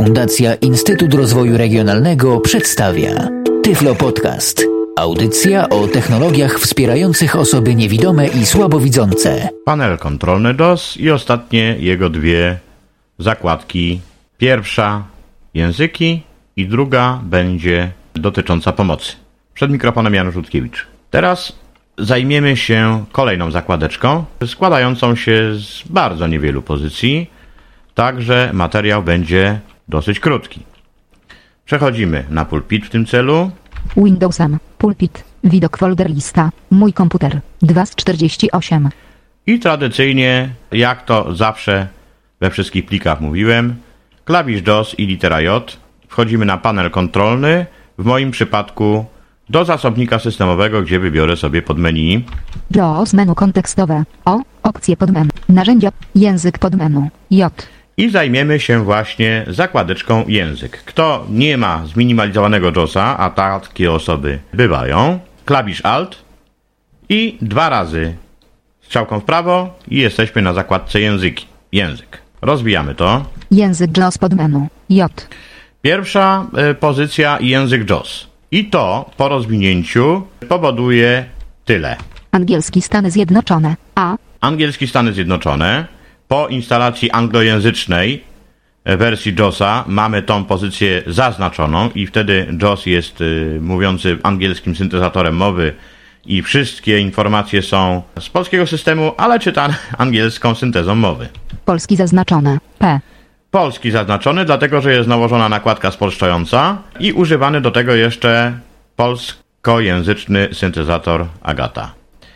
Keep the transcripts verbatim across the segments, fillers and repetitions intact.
Fundacja Instytut Rozwoju Regionalnego przedstawia Tyflo Podcast. Audycja o technologiach wspierających osoby niewidome i słabowidzące. Panel kontrolny D O S i ostatnie jego dwie zakładki. Pierwsza języki i druga będzie dotycząca pomocy. Przed mikrofonem Janusz Rutkiewicz. Teraz zajmiemy się kolejną zakładeczką, składającą się z bardzo niewielu pozycji, także materiał będzie dosyć krótki. Przechodzimy na pulpit w tym celu. Windowsem, pulpit, widok folder lista, mój komputer, dwa z czterdzieści osiem. I tradycyjnie, jak to zawsze we wszystkich plikach mówiłem, klawisz D O S i litera J. Wchodzimy na panel kontrolny, w moim przypadku do zasobnika systemowego, gdzie wybiorę sobie podmenu. D O S menu kontekstowe, O, opcje podmenu, narzędzia, język podmenu, J. I zajmiemy się właśnie zakładeczką język. Kto nie ma zminimalizowanego D O S a, a takie osoby bywają, klawisz Alt i dwa razy strzałką w prawo i jesteśmy na zakładce języki. Język. Rozwijamy to. Język D O S podmenu, J. Pierwsza y, pozycja język D O S. I to po rozwinięciu powoduje tyle. Angielski Stany Zjednoczone, A. Angielski Stany Zjednoczone. Po instalacji anglojęzycznej wersji D O S a mamy tą pozycję zaznaczoną i wtedy D O S jest y, mówiący angielskim syntezatorem mowy i wszystkie informacje są z polskiego systemu, ale czytane angielską syntezą mowy. Polski zaznaczone, P. Polski zaznaczony, dlatego że jest nałożona nakładka spolszczająca i używany do tego jeszcze polskojęzyczny syntezator Agata.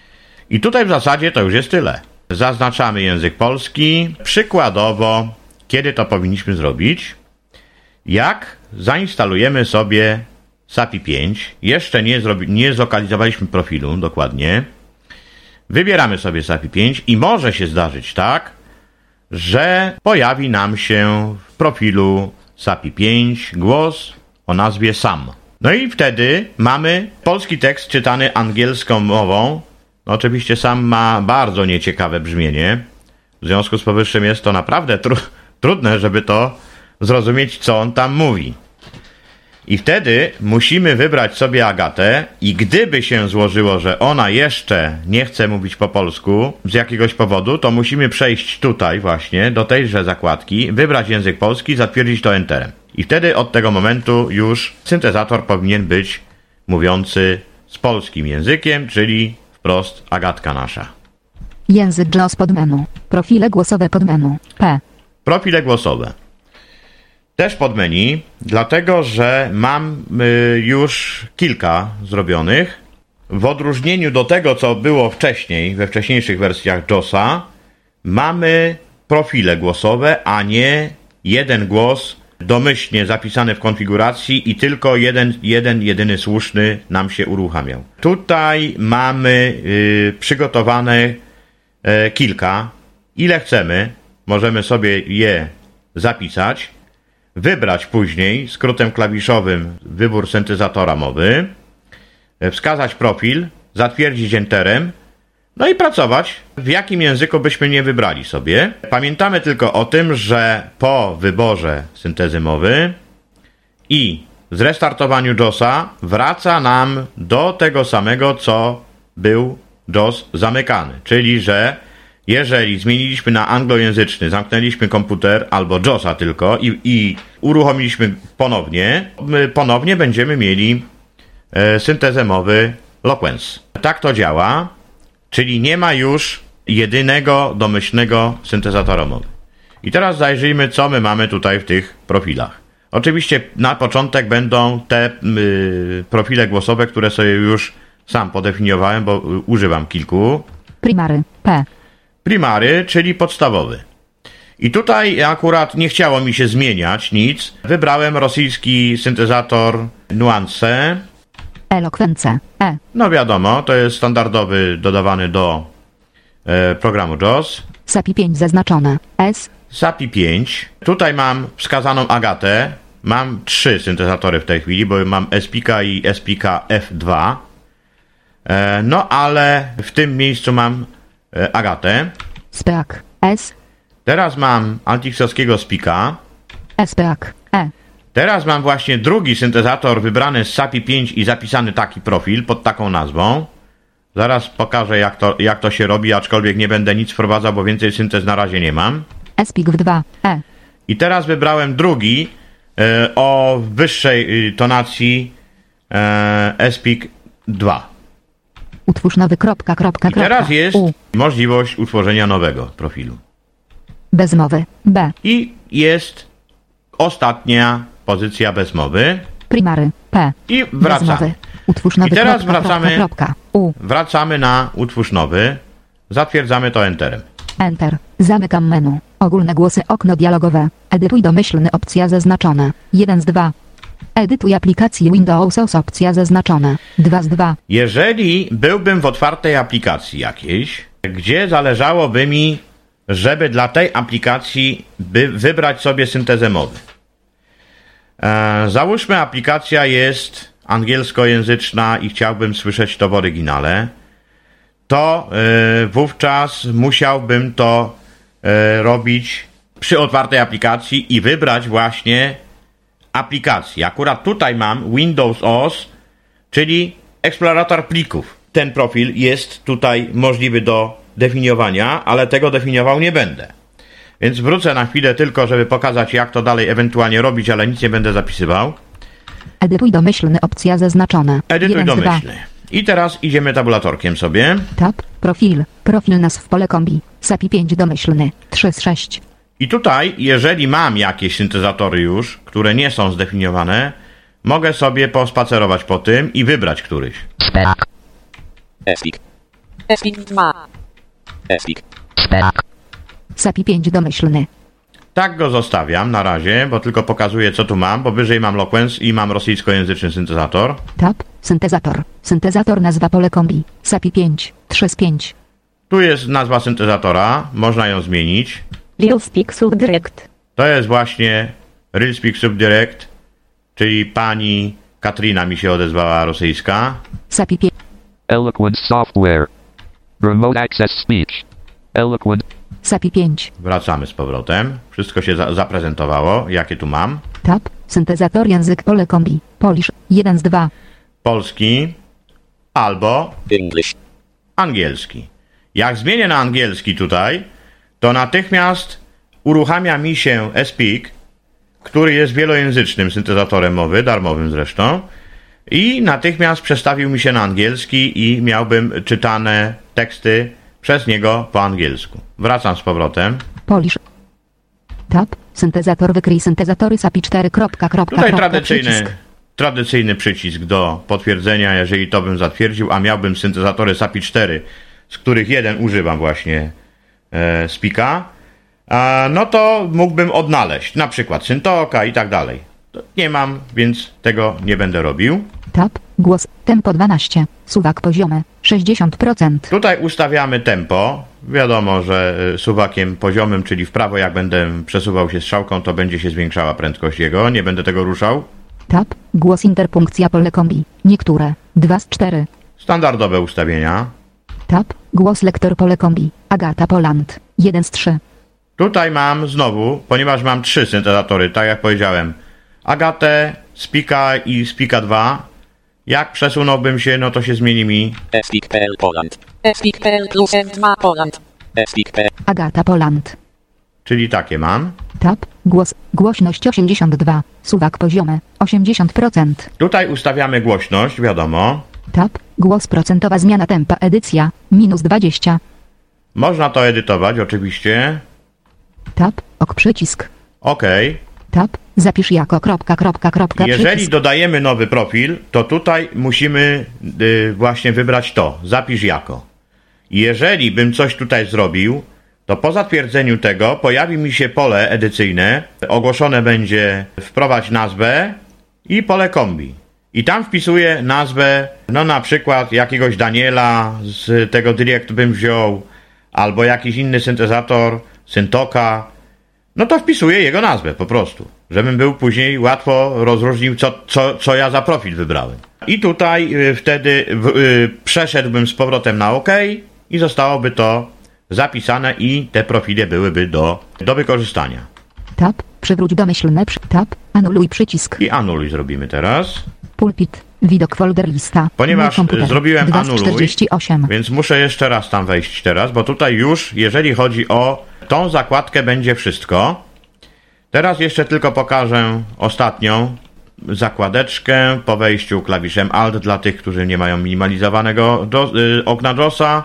I tutaj w zasadzie to już jest tyle. Zaznaczamy język polski. Przykładowo, kiedy to powinniśmy zrobić? Jak zainstalujemy sobie SAPI pięć, jeszcze nie, zrobi- nie zlokalizowaliśmy profilu dokładnie, wybieramy sobie SAPI pięć i może się zdarzyć tak, że pojawi nam się w profilu SAPI pięć głos o nazwie Sam. No i wtedy mamy polski tekst czytany angielską mową. No oczywiście Sam ma bardzo nieciekawe brzmienie. W związku z powyższym jest to naprawdę tru- trudne, żeby to zrozumieć, co on tam mówi. I wtedy musimy wybrać sobie Agatę i gdyby się złożyło, że ona jeszcze nie chce mówić po polsku z jakiegoś powodu, to musimy przejść tutaj właśnie, do tejże zakładki, wybrać język polski, zatwierdzić to Enterem. I wtedy od tego momentu już syntezator powinien być mówiący z polskim językiem, czyli wprost Agatka nasza. Język D O S podmenu, profile głosowe podmenu, P. Profile głosowe. Też pod menu, dlatego że mam y, już kilka zrobionych. W odróżnieniu do tego, co było wcześniej, we wcześniejszych wersjach D O S a, mamy profile głosowe, a nie jeden głos domyślnie zapisany w konfiguracji i tylko jeden, jeden jedyny słuszny nam się uruchamiał. Tutaj mamy y, przygotowane y, kilka. Ile chcemy, możemy sobie je zapisać. Wybrać później skrótem klawiszowym wybór syntezatora mowy, wskazać profil, zatwierdzić Enterem, no i pracować, w jakim języku byśmy nie wybrali sobie. Pamiętamy tylko o tym, że po wyborze syntezy mowy i zrestartowaniu D O S a wraca nam do tego samego, co był D O S zamykany, czyli że jeżeli zmieniliśmy na anglojęzyczny, zamknęliśmy komputer albo D O S a tylko i, i uruchomiliśmy ponownie, my ponownie będziemy mieli e, syntezę mowy Loquence. Tak to działa, czyli nie ma już jedynego domyślnego syntezatora mowy. I teraz zajrzyjmy, co my mamy tutaj w tych profilach. Oczywiście na początek będą te y, profile głosowe, które sobie już sam podefiniowałem, bo y, używam kilku. Primary, P. Primary, czyli podstawowy. I tutaj akurat nie chciało mi się zmieniać nic. Wybrałem rosyjski syntezator Nuance. Eloquence, E. No wiadomo, to jest standardowy dodawany do e, programu D O S. SAPI pięć zaznaczone, S. SAPI pięć. Tutaj mam wskazaną Agatę. Mam trzy syntezatory w tej chwili, bo mam S P K i S P K F dwa. E, no ale w tym miejscu mam e, Agatę. SPEAK, S. Teraz mam altixowskiego spika. S P A C, E. Teraz mam właśnie drugi syntezator wybrany z S A P I pięć i zapisany taki profil pod taką nazwą. Zaraz pokażę, jak to, jak to się robi, aczkolwiek nie będę nic wprowadzał, bo więcej syntez na razie nie mam. S P I G dwa, E. I teraz wybrałem drugi e, o wyższej e, tonacji e, S P I G dwa. Utwórz nowy kropka, kropka, I teraz kropka. jest U. możliwość utworzenia nowego profilu. Bez mowy. B. I jest ostatnia pozycja bez mowy. Primary. P. I Bez wracamy. mowy. Utwórz nowy I teraz kropka, wracamy, kropka, kropka. U. wracamy na utwórz nowy. Zatwierdzamy to Enterem. Enter. Zamykam menu. Ogólne głosy, okno dialogowe. Edytuj domyślny, opcja zaznaczona. jeden z dwa. Edytuj aplikacji Windows O S, opcja zaznaczona. dwa z dwa. Jeżeli byłbym w otwartej aplikacji jakiejś, gdzie zależałoby mi, żeby dla tej aplikacji by wybrać sobie syntezę mowy. E, załóżmy, aplikacja jest angielskojęzyczna i chciałbym słyszeć to w oryginale, to e, wówczas musiałbym to e, robić przy otwartej aplikacji i wybrać właśnie aplikację. Akurat tutaj mam Windows O S, czyli eksplorator plików. Ten profil jest tutaj możliwy do definiowania, ale tego definiował nie będę. Więc wrócę na chwilę tylko, żeby pokazać, jak to dalej ewentualnie robić, ale nic nie będę zapisywał. Edytuj domyślny, opcja zaznaczona. Edytuj jeden z dwa. domyślny. I teraz idziemy tabulatorkiem sobie. Tab. Profil. Profil nazw pole kombi. S A P I pięć domyślny. trzy z sześć. I tutaj, jeżeli mam jakieś syntezatory już, które nie są zdefiniowane, mogę sobie pospacerować po tym i wybrać któryś. S P A C. S P I G. S P I G dwa. S P I G. S P A C. S A P I pięć domyślny. Tak go zostawiam na razie, bo tylko pokazuję, co tu mam, bo wyżej mam Loquence i mam rosyjskojęzyczny syntezator. Tab. Syntezator. Syntezator nazwa pole kombi. S A P I pięć. trzy z pięć. Tu jest nazwa syntezatora, można ją zmienić. RealSpeak Subdirect. To jest właśnie RealSpeak Subdirect, czyli pani Katrina mi się odezwała, rosyjska. S A P I pięć. Eloquent Software. Remote Access Speech. Eloquent. S A P I pięć. Wracamy z powrotem. Wszystko się za zaprezentowało, jakie tu mam. Tab. Syntezator język pole kombi. Polish. jeden z dwa. Polski albo English. angielski. Jak zmienię na angielski tutaj, to natychmiast uruchamia mi się S P I G, który jest wielojęzycznym syntezatorem mowy, darmowym zresztą, i natychmiast przestawił mi się na angielski i miałbym czytane teksty przez niego po angielsku. Wracam z powrotem. Polish. Tab. Syntezator wykryj syntezatory S A P I cztery. Kropka, kropka, Tutaj kropka, tradycyjny, przycisk. tradycyjny przycisk do potwierdzenia, jeżeli to bym zatwierdził, a miałbym syntezatory S A P I cztery, z których jeden używam właśnie e, Spika, a, no to mógłbym odnaleźć na przykład Syntoka i tak dalej. To nie mam, więc tego nie będę robił. Tab. Głos. Tempo dwanaście. Suwak poziome. sześćdziesiąt procent. Tutaj ustawiamy tempo. Wiadomo, że e, suwakiem poziomym, czyli w prawo, jak będę przesuwał się strzałką, to będzie się zwiększała prędkość jego. Nie będę tego ruszał. Tab. Głos interpunkcja pole kombi. Niektóre. dwa z cztery. Standardowe ustawienia. Tab. Głos lektor pole kombi. Agata Poland. jeden z trzy. Tutaj mam znowu, ponieważ mam trzy syntezatory, tak jak powiedziałem, Agatę, Spika i Spika dwa. Jak przesunąłbym się, no to się zmieni mi. S P I G P L Poland. S P I G P L plus M dwa Poland. S P I G P L. Agata Poland. Czyli takie mam. Tab. Głos. Głośność osiemdziesiąt dwa. Suwak poziome. osiemdziesiąt procent. Tutaj ustawiamy głośność, wiadomo. Tab. Głos procentowa zmiana tempa edycja. Minus dwadzieścia. Można to edytować, oczywiście. Tab. Ok przycisk. OK. Tab. Zapisz jako kropka, kropka, kropka, Jeżeli przycisk. dodajemy nowy profil, to tutaj musimy y, właśnie wybrać to. Zapisz jako. Jeżeli bym coś tutaj zrobił, to po zatwierdzeniu tego pojawi mi się pole edycyjne. Ogłoszone będzie wprowadź nazwę i pole kombi. I tam wpisuję nazwę, no na przykład jakiegoś Daniela z tego Direct bym wziął, albo jakiś inny syntezator, Syntoka. No to wpisuję jego nazwę po prostu, żebym był później łatwo rozróżnił, co, co, co ja za profil wybrałem. I tutaj y, wtedy w, y, przeszedłbym z powrotem na OK i zostałoby to zapisane i te profile byłyby do, do wykorzystania. tab, przywróć domyślne przy tab, anuluj przycisk. I anuluj zrobimy teraz. Pulpit, widok folder lista. Ponieważ komputer, zrobiłem dwa z anuluj, czterdzieści osiem. więc muszę jeszcze raz tam wejść teraz, bo tutaj już, jeżeli chodzi o tą zakładkę, będzie wszystko. Teraz jeszcze tylko pokażę ostatnią zakładeczkę po wejściu klawiszem Alt dla tych, którzy nie mają minimalizowanego do, y, okna JAWSa.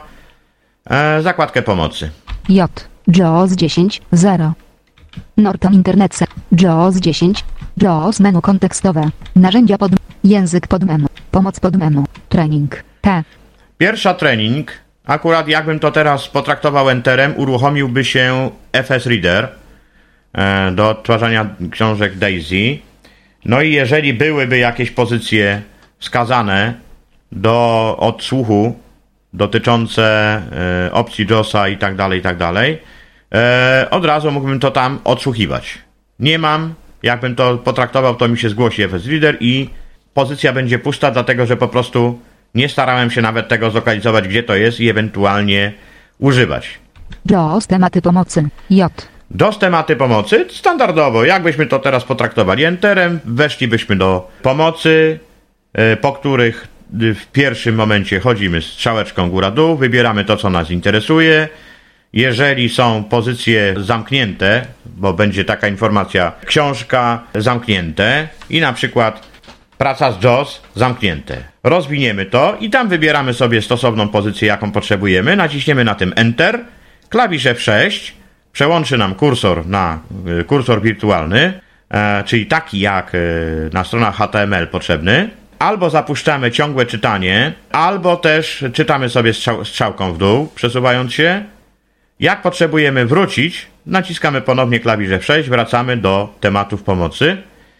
E, zakładkę pomocy. J, JAWS dziesięć, zero. Norton Internet Se, JAWS dziesięć, JAWS menu kontekstowe, narzędzia pod, język podmenu, pomoc podmenu, trening, T. Pierwsza trening, akurat jakbym to teraz potraktował Enterem, uruchomiłby się F S Reader e, do odtwarzania książek Daisy. No i jeżeli byłyby jakieś pozycje wskazane do odsłuchu dotyczące e, opcji JAWSa i tak dalej, i tak dalej, e, od razu mógłbym to tam odsłuchiwać. Nie mam, jakbym to potraktował, to mi się zgłosi F S Reader i pozycja będzie pusta, dlatego że po prostu nie starałem się nawet tego zlokalizować, gdzie to jest i ewentualnie używać. JAWS tematy pomocy, J. JAWS tematy pomocy, standardowo, jakbyśmy to teraz potraktowali Enterem, weszlibyśmy do pomocy, e, po których w pierwszym momencie chodzimy strzałeczką góra-dół, wybieramy to, co nas interesuje. Jeżeli są pozycje zamknięte, bo będzie taka informacja, książka zamknięte i na przykład praca z JAWS zamknięte. Rozwiniemy to i tam wybieramy sobie stosowną pozycję, jaką potrzebujemy, naciśniemy na tym Enter, klawisz F sześć, przełączy nam kursor na y, kursor wirtualny, e, czyli taki jak y, na stronach H T M L potrzebny. Albo zapuszczamy ciągłe czytanie, albo też czytamy sobie strzał, strzałką w dół, przesuwając się. Jak potrzebujemy wrócić, naciskamy ponownie klawisz F sześć, wracamy do tematów pomocy.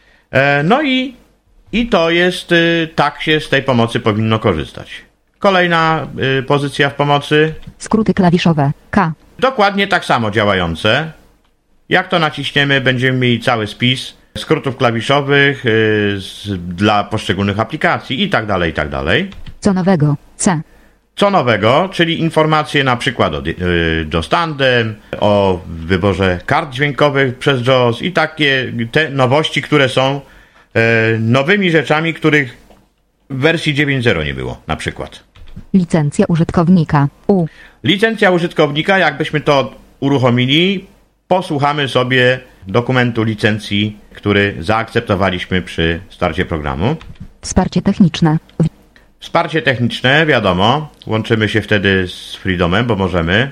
E, no i, i to jest, y, tak się z tej pomocy powinno korzystać. Kolejna y, pozycja w pomocy. Skróty klawiszowe, K. Dokładnie tak samo działające. Jak to naciśniemy, będziemy mieli cały spis skrótów klawiszowych yy, z, dla poszczególnych aplikacji i tak dalej, i tak dalej. Co nowego, C. Co nowego, czyli informacje na przykład o yy, JAWS Tandem, o wyborze kart dźwiękowych przez JAWS i takie te nowości, które są yy, nowymi rzeczami, których w wersji dziewięć zero nie było, na przykład. Licencja użytkownika, U. Licencja użytkownika, jakbyśmy to uruchomili, posłuchamy sobie dokumentu licencji, który zaakceptowaliśmy przy starcie programu. Wsparcie techniczne. Wsparcie techniczne, wiadomo, łączymy się wtedy z Freedomem, bo możemy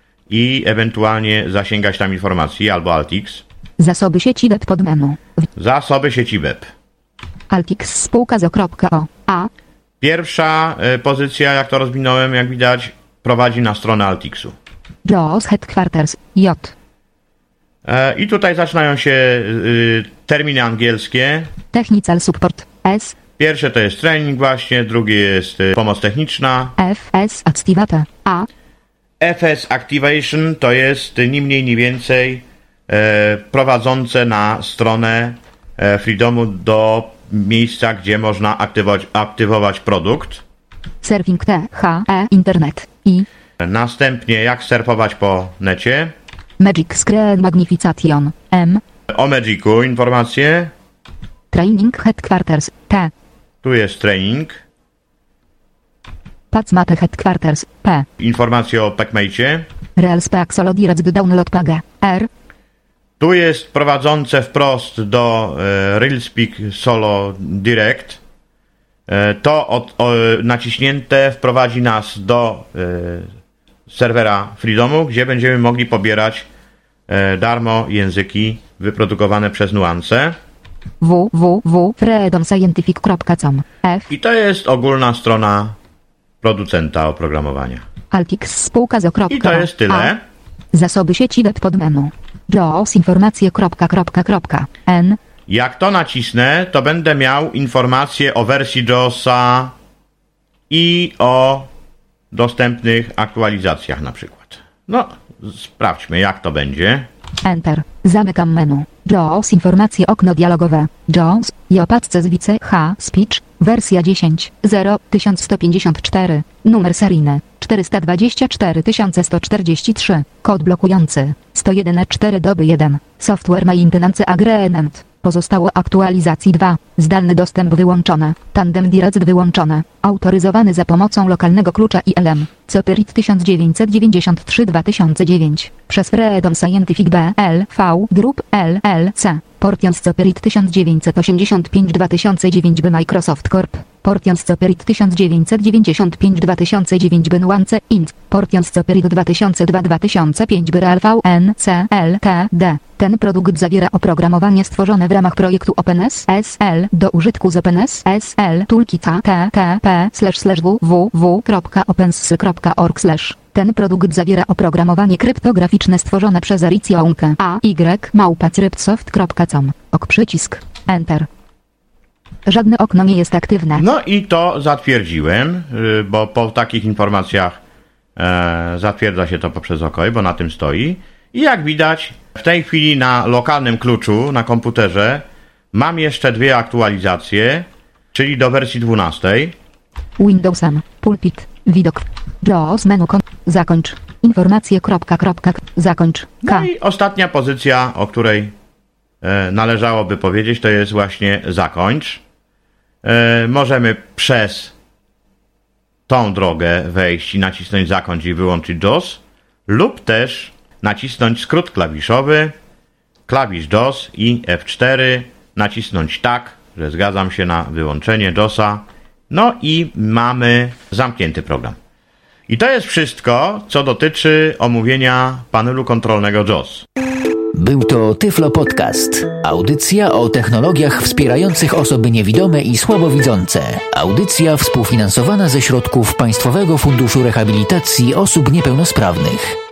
i ewentualnie zasięgać tam informacji albo Altix. Zasoby sieci web podmenu. Zasoby sieci web. Altix spółka z o. A. Pierwsza y, pozycja, jak to rozwinąłem, jak widać, prowadzi na stronę Altixu. JAWS Headquarters, J. I tutaj zaczynają się y, terminy angielskie. Technical Support, S. Pierwsze to jest training właśnie, drugie jest y, pomoc techniczna. F S Activate, A. F S Activation to jest y, ni mniej, ni więcej e, prowadzące na stronę e, Freedomu do miejsca, gdzie można aktywować, aktywować produkt. Surfing T, H, E, Internet, I. Następnie jak surfować po necie. Magic Screen Magnification, M. O Magicu informacje. Training Headquarters, T. Tu jest training. Pacmate Headquarters, P. Informacje o PacMate. Realspeak Solo Direct Download Page, R. Tu jest prowadzące wprost do e, Realspeak Solo Direct. E, to od, o, naciśnięte wprowadzi nas do e, serwera Freedomu, gdzie będziemy mogli pobierać e, darmo języki wyprodukowane przez Nuance. w w w kropka freedom scientific kropka com, F. I to jest ogólna strona producenta oprogramowania. Altix spółka z o. I to jest tyle. A. Zasoby sieci web podmenu. JAWS informacje kropka, kropka, kropka, N. Jak to nacisnę, to będę miał informacje o wersji JAWSa i o dostępnych aktualizacjach na przykład. No, sprawdźmy jak to będzie. Enter. Zamykam menu. JAWS informacje okno dialogowe. JAWS. Jopatce z wice H. Speech. Wersja dziesięć zero tysiąc sto pięćdziesiąt cztery. Numer seryjny czterysta dwadzieścia cztery tysiące sto czterdzieści trzy. Kod blokujący. sto jeden cztery doby jeden. Software maintenance agreement. Pozostało aktualizacji dwa. Zdalny dostęp wyłączone. Tandem Direct wyłączone. Autoryzowany za pomocą lokalnego klucza I L M. Copyright tysiąc dziewięćset dziewięćdziesiąt trzy dwa tysiące dziewięć. Przez Freedom Scientific B L V Group L L C. Portions Copyright tysiąc dziewięćset osiemdziesiąt pięć dwa tysiące dziewięć by Microsoft Corp. Portions Copyright tysiąc dziewięćset dziewięćdziesiąt pięć dwa tysiące dziewięć by Nuance Inc. Portions Copyright dwa tysiące dwa dwa tysiące pięć by R V N C L T D. Ten produkt zawiera oprogramowanie stworzone w ramach projektu OpenSSL do użytku z OpenSSL Toolkit h t t p slash slash w w w kropka opensys kropka org slash. Ten produkt zawiera oprogramowanie kryptograficzne stworzone przez Alicja Unke A Y małpa cryptsoft kropka com. Ok przycisk. Enter. Żadne okno nie jest aktywne. No i to zatwierdziłem, bo po takich informacjach e, zatwierdza się to poprzez OK, bo na tym stoi. I jak widać, w tej chwili na lokalnym kluczu, na komputerze, mam jeszcze dwie aktualizacje, czyli do wersji dwunastej. Windowsem, pulpit, widok, JAWS menu, kon- zakończ, informacje, kropka, kropka, zakończ, K. No i ostatnia pozycja, o której e, należałoby powiedzieć, to jest właśnie zakończ. E, możemy przez tą drogę wejść i nacisnąć zakończ i wyłączyć JAWS, lub też nacisnąć skrót klawiszowy, klawisz JAWS i F cztery, nacisnąć tak, że zgadzam się na wyłączenie JAWSa, no i mamy zamknięty program. I to jest wszystko, co dotyczy omówienia panelu kontrolnego JAWS. Był to Tyflo Podcast. Audycja o technologiach wspierających osoby niewidome i słabowidzące. Audycja współfinansowana ze środków Państwowego Funduszu Rehabilitacji Osób Niepełnosprawnych.